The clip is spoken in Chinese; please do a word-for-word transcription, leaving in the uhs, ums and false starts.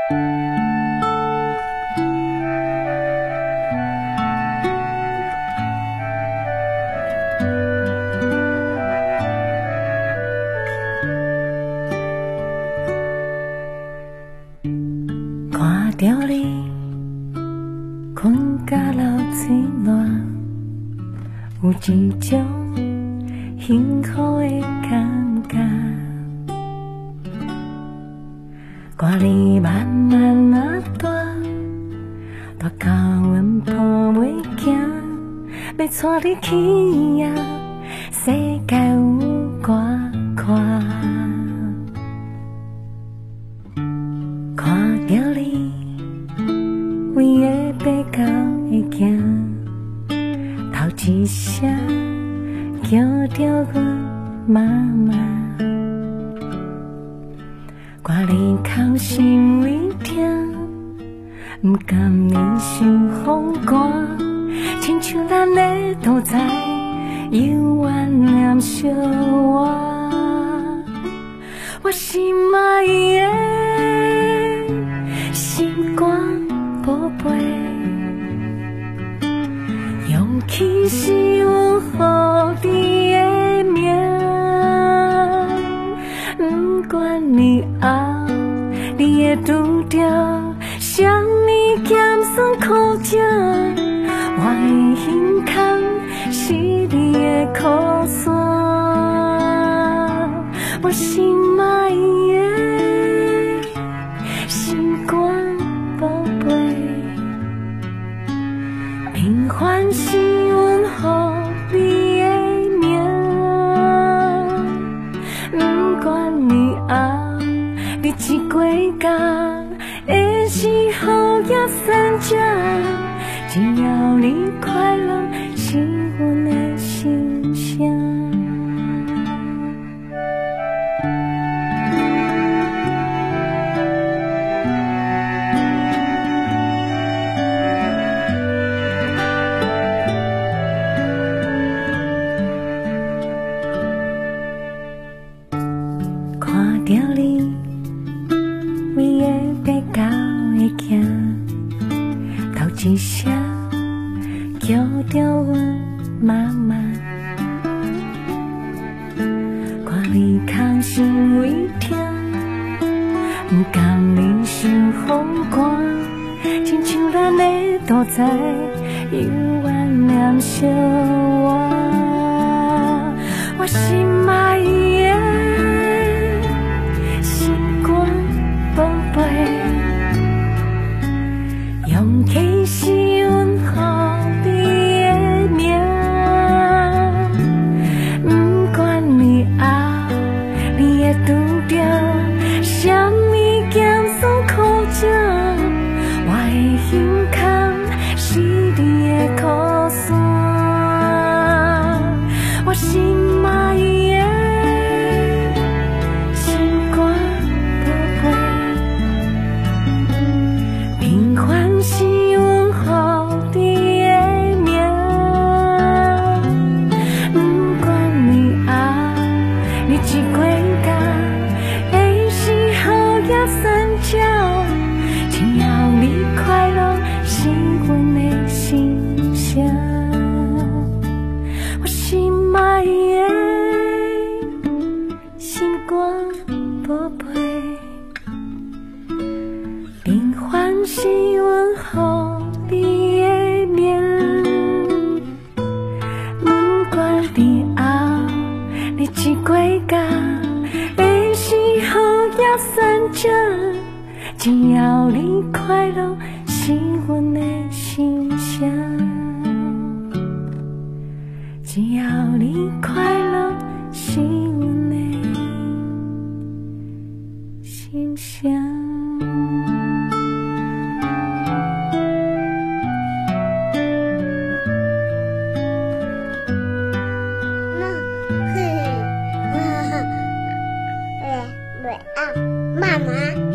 看着你困甲流嘴烂，有一种幸福的感觉。看你慢慢啊大，大到阮抱袂行，要带你去呀，世界有我看。看着你为的爬到会行，头一声叫着阮妈妈，看你哭心为疼，不甘人生风寒，亲像咱的都在犹原念相偎。我心爱的心肝宝贝，勇气是阮予你的名，不管你后你会拄着什么咸酸苦情，我的心坎是你的靠山。我心爱的心肝宝贝，平凡是阮予你的名，不管你后你一过假的时候也善者，只要你快乐是阮的心声。看着你为的爬到会行，头一声叫着阮妈妈，看你哭心为疼，不甘人生风寒，亲像咱的都在犹原念相偎。我心爱的心肝宝贝，勇气是阮予你的名，不管你后你会拄着什么咸酸苦情，我的心坎是你的靠山。我心爱的心肝宝贝，平凡是阮予你的名，不管你后你一过假的时候也善者，只要你快乐是阮的心声。我心爱的心肝宝贝，平凡是阮予你的名，不管你后你一过假的时候也善者，只要你快乐是阮的心声。只要你快乐是阮的心声。 妈妈。